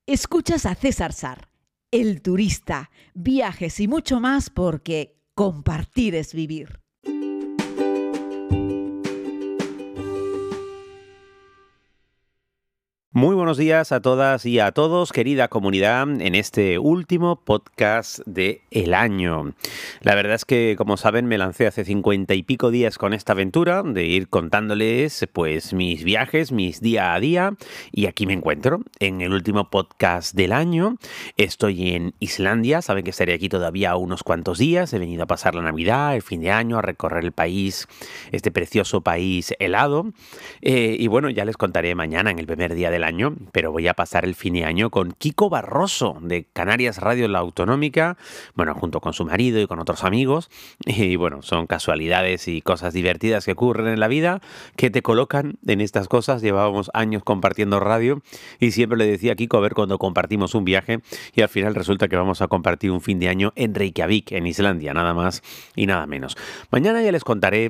Escuchas a César Sar, el turista, viajes y mucho más porque compartir es vivir. Muy buenos días a todas y a todos, querida comunidad, en este último podcast del año. La verdad es que, como saben, me lancé hace 50 y pico días con esta aventura de ir contándoles pues mis viajes, mis día a día, y aquí me encuentro en el último podcast del año. Estoy en Islandia, saben que estaré aquí todavía unos cuantos días. He venido a pasar la Navidad, el fin de año, a recorrer el país, este precioso país helado. Y bueno, ya les contaré mañana en el primer día del año, pero voy a pasar el fin de año con Kiko Barroso de Canarias Radio La Autonómica, bueno, junto con su marido y con otros amigos. Y bueno, son casualidades y cosas divertidas que ocurren en la vida que te colocan en estas cosas. Llevábamos años compartiendo radio y siempre le decía a Kiko a ver cuando compartimos un viaje, y al final resulta que vamos a compartir un fin de año en Reykjavik, en Islandia, nada más y nada menos. Mañana ya les contaré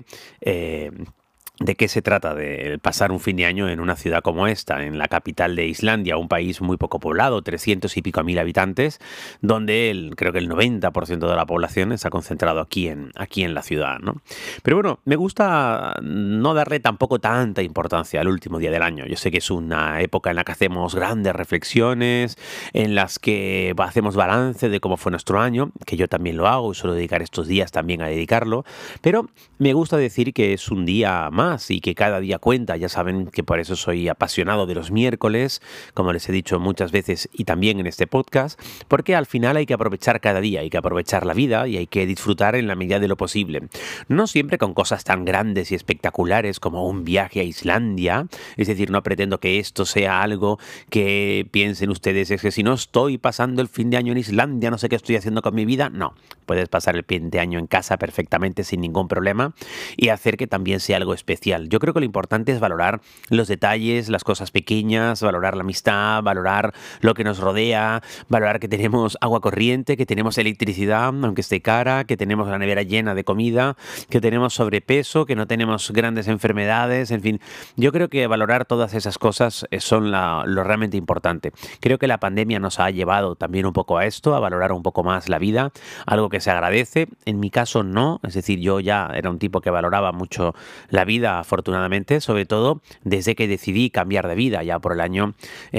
de qué se trata de pasar un fin de año en una ciudad como esta, en la capital de Islandia, un país muy poco poblado, 300 y pico mil habitantes, donde creo que el 90% de la población está concentrado aquí en la ciudad, ¿no? Pero bueno, me gusta no darle tampoco tanta importancia al último día del año. Yo sé que es una época en la que hacemos grandes reflexiones, en las que hacemos balance de cómo fue nuestro año, que yo también lo hago y suelo dedicar estos días también a dedicarlo, pero me gusta decir que es un día más y que cada día cuenta. Ya saben que por eso soy apasionado de los miércoles, como les he dicho muchas veces y también en este podcast, porque al final hay que aprovechar cada día, hay que aprovechar la vida y hay que disfrutar en la medida de lo posible. No siempre con cosas tan grandes y espectaculares como un viaje a Islandia, es decir, no pretendo que esto sea algo que piensen ustedes, es que si no estoy pasando el fin de año en Islandia, no sé qué estoy haciendo con mi vida. No, puedes pasar el fin de año en casa perfectamente sin ningún problema y hacer que también sea algo especial. Yo creo que lo importante es valorar los detalles, las cosas pequeñas, valorar la amistad, valorar lo que nos rodea, valorar que tenemos agua corriente, que tenemos electricidad, aunque esté cara, que tenemos la nevera llena de comida, que tenemos sobrepeso, que no tenemos grandes enfermedades, en fin. Yo creo que valorar todas esas cosas son lo realmente importante. Creo que la pandemia nos ha llevado también un poco a esto, a valorar un poco más la vida, algo que se agradece. En mi caso no, es decir, yo ya era un tipo que valoraba mucho la vida, afortunadamente, sobre todo desde que decidí cambiar de vida ya por el año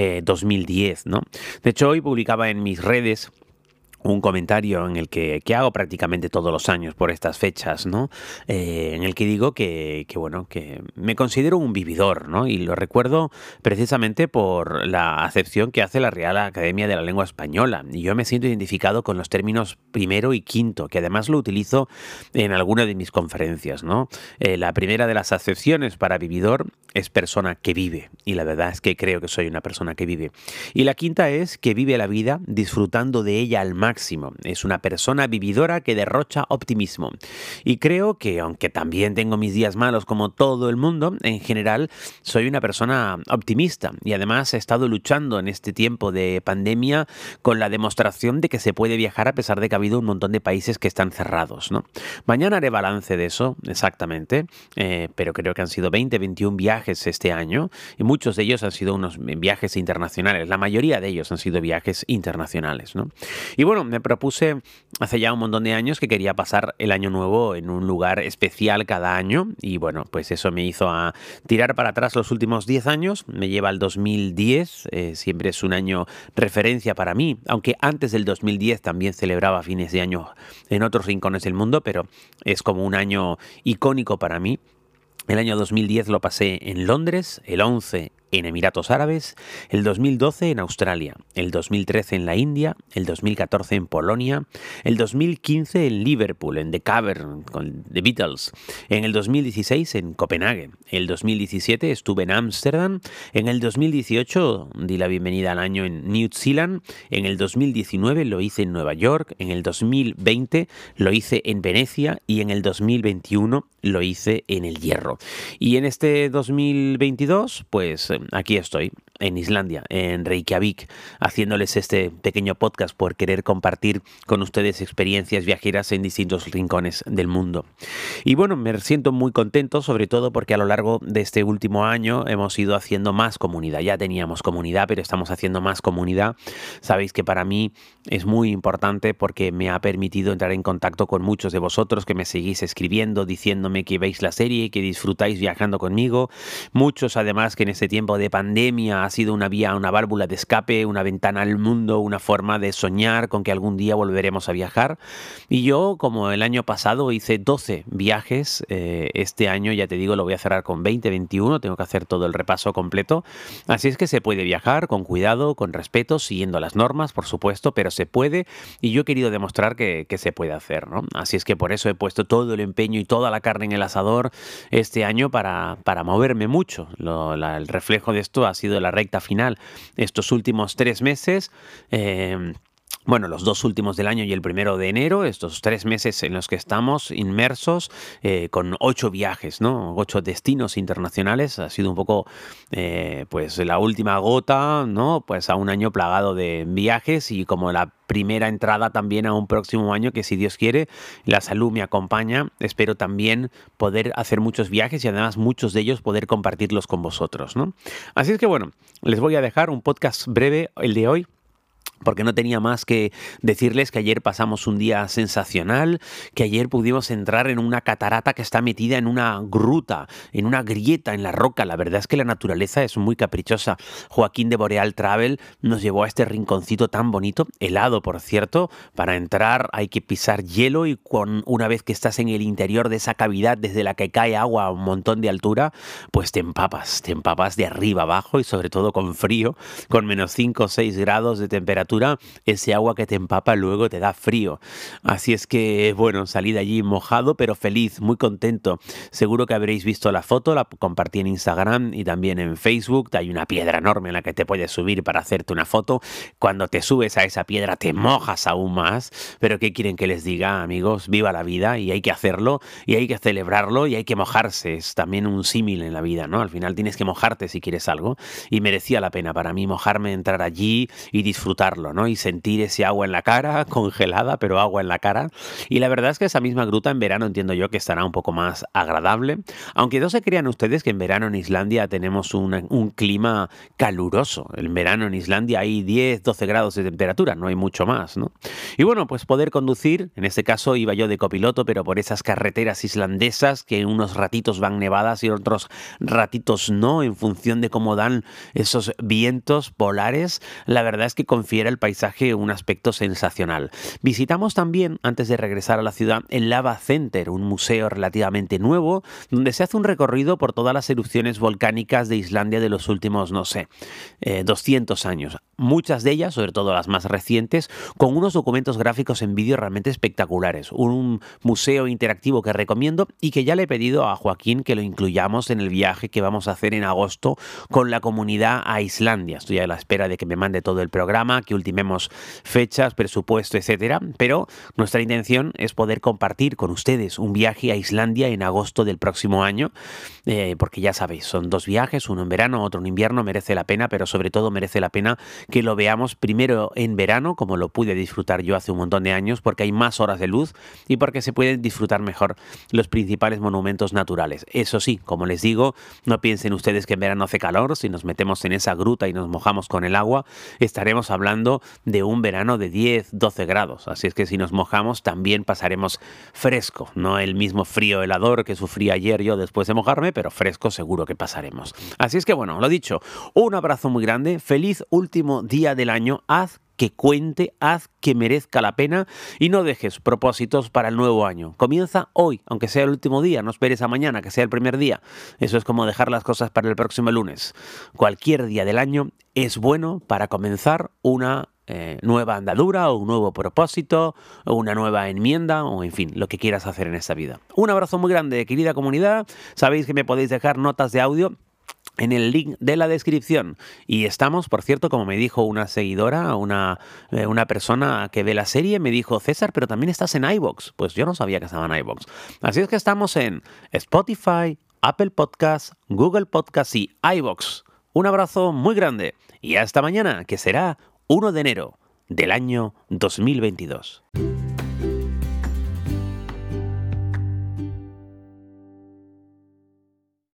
2010, ¿no? De hecho, hoy publicaba en mis redes un comentario en el que hago prácticamente todos los años por estas fechas, ¿no? En el que digo que me considero un vividor, ¿no? Y lo recuerdo precisamente por la acepción que hace la Real Academia de la Lengua Española. Y yo me siento identificado con los términos primero y quinto, que además lo utilizo en alguna de mis conferencias, ¿no? La primera de las acepciones para vividor es persona que vive. Y la verdad es que creo que soy una persona que vive. Y la quinta es que vive la vida disfrutando de ella al máximo. Es una persona vividora que derrocha optimismo. Y creo que, aunque también tengo mis días malos como todo el mundo, en general soy una persona optimista. Y además he estado luchando en este tiempo de pandemia con la demostración de que se puede viajar a pesar de que ha habido un montón de países que están cerrados, ¿no? Mañana haré balance de eso, exactamente, pero creo que han sido 21 viajes este año y muchos de ellos han sido unos viajes internacionales. La mayoría de ellos han sido viajes internacionales, ¿no? Y bueno, me propuse hace ya un montón de años que quería pasar el año nuevo en un lugar especial cada año y bueno, pues eso me hizo a tirar para atrás los últimos 10 años, me lleva al 2010, siempre es un año referencia para mí, aunque antes del 2010 también celebraba fines de año en otros rincones del mundo, pero es como un año icónico para mí. El año 2010 lo pasé en Londres, el 11 en Emiratos Árabes, el 2012 en Australia, el 2013 en la India, el 2014 en Polonia, el 2015 en Liverpool, en The Cavern, con The Beatles, en el 2016 en Copenhague, el 2017 estuve en Ámsterdam, en el 2018 di la bienvenida al año en New Zealand, en el 2019 lo hice en Nueva York, en el 2020 lo hice en Venecia y en el 2021 lo hice en El Hierro. Y en este 2022, pues aquí estoy, en Islandia, en Reykjavik, haciéndoles este pequeño podcast por querer compartir con ustedes experiencias viajeras en distintos rincones del mundo. Y bueno, me siento muy contento, sobre todo porque a lo largo de este último año hemos ido haciendo más comunidad. Ya teníamos comunidad, pero estamos haciendo más comunidad. Sabéis que para mí es muy importante porque me ha permitido entrar en contacto con muchos de vosotros que me seguís escribiendo, diciéndome que veis la serie, que disfrutáis viajando conmigo. Muchos además que en este tiempo de pandemia ha sido una vía, una válvula de escape, una ventana al mundo, una forma de soñar con que algún día volveremos a viajar. Y yo, como el año pasado, hice 12 viajes. Este año, ya te digo, lo voy a cerrar con 20, 21. Tengo que hacer todo el repaso completo. Así es que se puede viajar con cuidado, con respeto, siguiendo las normas, por supuesto, pero se puede. Y yo he querido demostrar que se puede hacer, ¿no? Así es que por eso he puesto todo el empeño y toda la carne en el asador este año para moverme mucho. El reflejo de esto ha sido la recta final. Estos últimos 3 meses, bueno, los 2 últimos del año y el 1 de enero, estos 3 meses en los que estamos inmersos con 8 viajes, ¿no? 8 destinos internacionales. Ha sido un poco, pues, la última gota, ¿no? Pues a un año plagado de viajes y como la primera entrada también a un próximo año que, si Dios quiere, la salud me acompaña, espero también poder hacer muchos viajes y además muchos de ellos poder compartirlos con vosotros, ¿no? Así es que bueno, les voy a dejar un podcast breve el de hoy, porque no tenía más que decirles que ayer pasamos un día sensacional, que ayer pudimos entrar en una catarata que está metida en una gruta, en una grieta en la roca. La verdad es que la naturaleza es muy caprichosa. Joaquín de Boreal Travel nos llevó a este rinconcito tan bonito, helado por cierto. Para entrar hay que pisar hielo y una vez que estás en el interior de esa cavidad desde la que cae agua a un montón de altura, pues te empapas de arriba abajo y sobre todo con frío, con menos 5 o 6 grados de temperatura. Ese agua que te empapa luego te da frío. Así es que, bueno, salí de allí mojado, pero feliz, muy contento. Seguro que habréis visto la foto, la compartí en Instagram y también en Facebook. Hay una piedra enorme en la que te puedes subir para hacerte una foto. Cuando te subes a esa piedra te mojas aún más. Pero ¿qué quieren que les diga, amigos? Viva la vida y hay que hacerlo y hay que celebrarlo y hay que mojarse. Es también un símil en la vida, ¿no? Al final tienes que mojarte si quieres algo y merecía la pena para mí mojarme, entrar allí y disfrutarlo, ¿no? Y sentir ese agua en la cara, congelada, pero agua en la cara. Y la verdad es que esa misma gruta en verano entiendo yo que estará un poco más agradable. Aunque no se crean ustedes que en verano en Islandia tenemos un clima caluroso. En verano en Islandia hay 10, 12 grados de temperatura, no hay mucho más, ¿no? Y bueno, pues poder conducir, en este caso iba yo de copiloto, pero por esas carreteras islandesas que unos ratitos van nevadas y otros ratitos no, en función de cómo dan esos vientos polares, la verdad es que confiere el paisaje un aspecto sensacional. Visitamos también, antes de regresar a la ciudad, el Lava Center, un museo relativamente nuevo, donde se hace un recorrido por todas las erupciones volcánicas de Islandia de los últimos, no sé, 200 años. Muchas de ellas, sobre todo las más recientes, con unos documentos gráficos en vídeo realmente espectaculares. Un museo interactivo que recomiendo y que ya le he pedido a Joaquín que lo incluyamos en el viaje que vamos a hacer en agosto con la comunidad a Islandia. Estoy a la espera de que me mande todo el programa, que ultimemos fechas, presupuesto, etcétera, pero nuestra intención es poder compartir con ustedes un viaje a Islandia en agosto del próximo año, porque ya sabéis, son 2 viajes, uno en verano, otro en invierno, merece la pena, pero sobre todo merece la pena que lo veamos primero en verano, como lo pude disfrutar yo hace un montón de años, porque hay más horas de luz y porque se pueden disfrutar mejor los principales monumentos naturales. Eso sí, como les digo, no piensen ustedes que en verano hace calor. Si nos metemos en esa gruta y nos mojamos con el agua, estaremos hablando de un verano de 10, 12 grados. Así es que si nos mojamos también pasaremos fresco. No el mismo frío helador que sufrí ayer yo después de mojarme, pero fresco seguro que pasaremos. Así es que bueno, lo dicho, un abrazo muy grande, feliz último día del año, haz que cuente, haz que merezca la pena y no dejes propósitos para el nuevo año. Comienza hoy, aunque sea el último día, no esperes a mañana, que sea el primer día. Eso es como dejar las cosas para el próximo lunes. Cualquier día del año es bueno para comenzar una nueva andadura o un nuevo propósito o una nueva enmienda o en fin, lo que quieras hacer en esta vida. Un abrazo muy grande, querida comunidad. Sabéis que me podéis dejar notas de audio en el link de la descripción. Y estamos, por cierto, como me dijo una seguidora, una persona que ve la serie, me dijo: César, pero también estás en iVoox. Pues yo no sabía que estaba en iVoox. Así es que estamos en Spotify, Apple Podcasts, Google Podcasts y iVoox. Un abrazo muy grande y hasta mañana, que será 1 de enero del año 2022.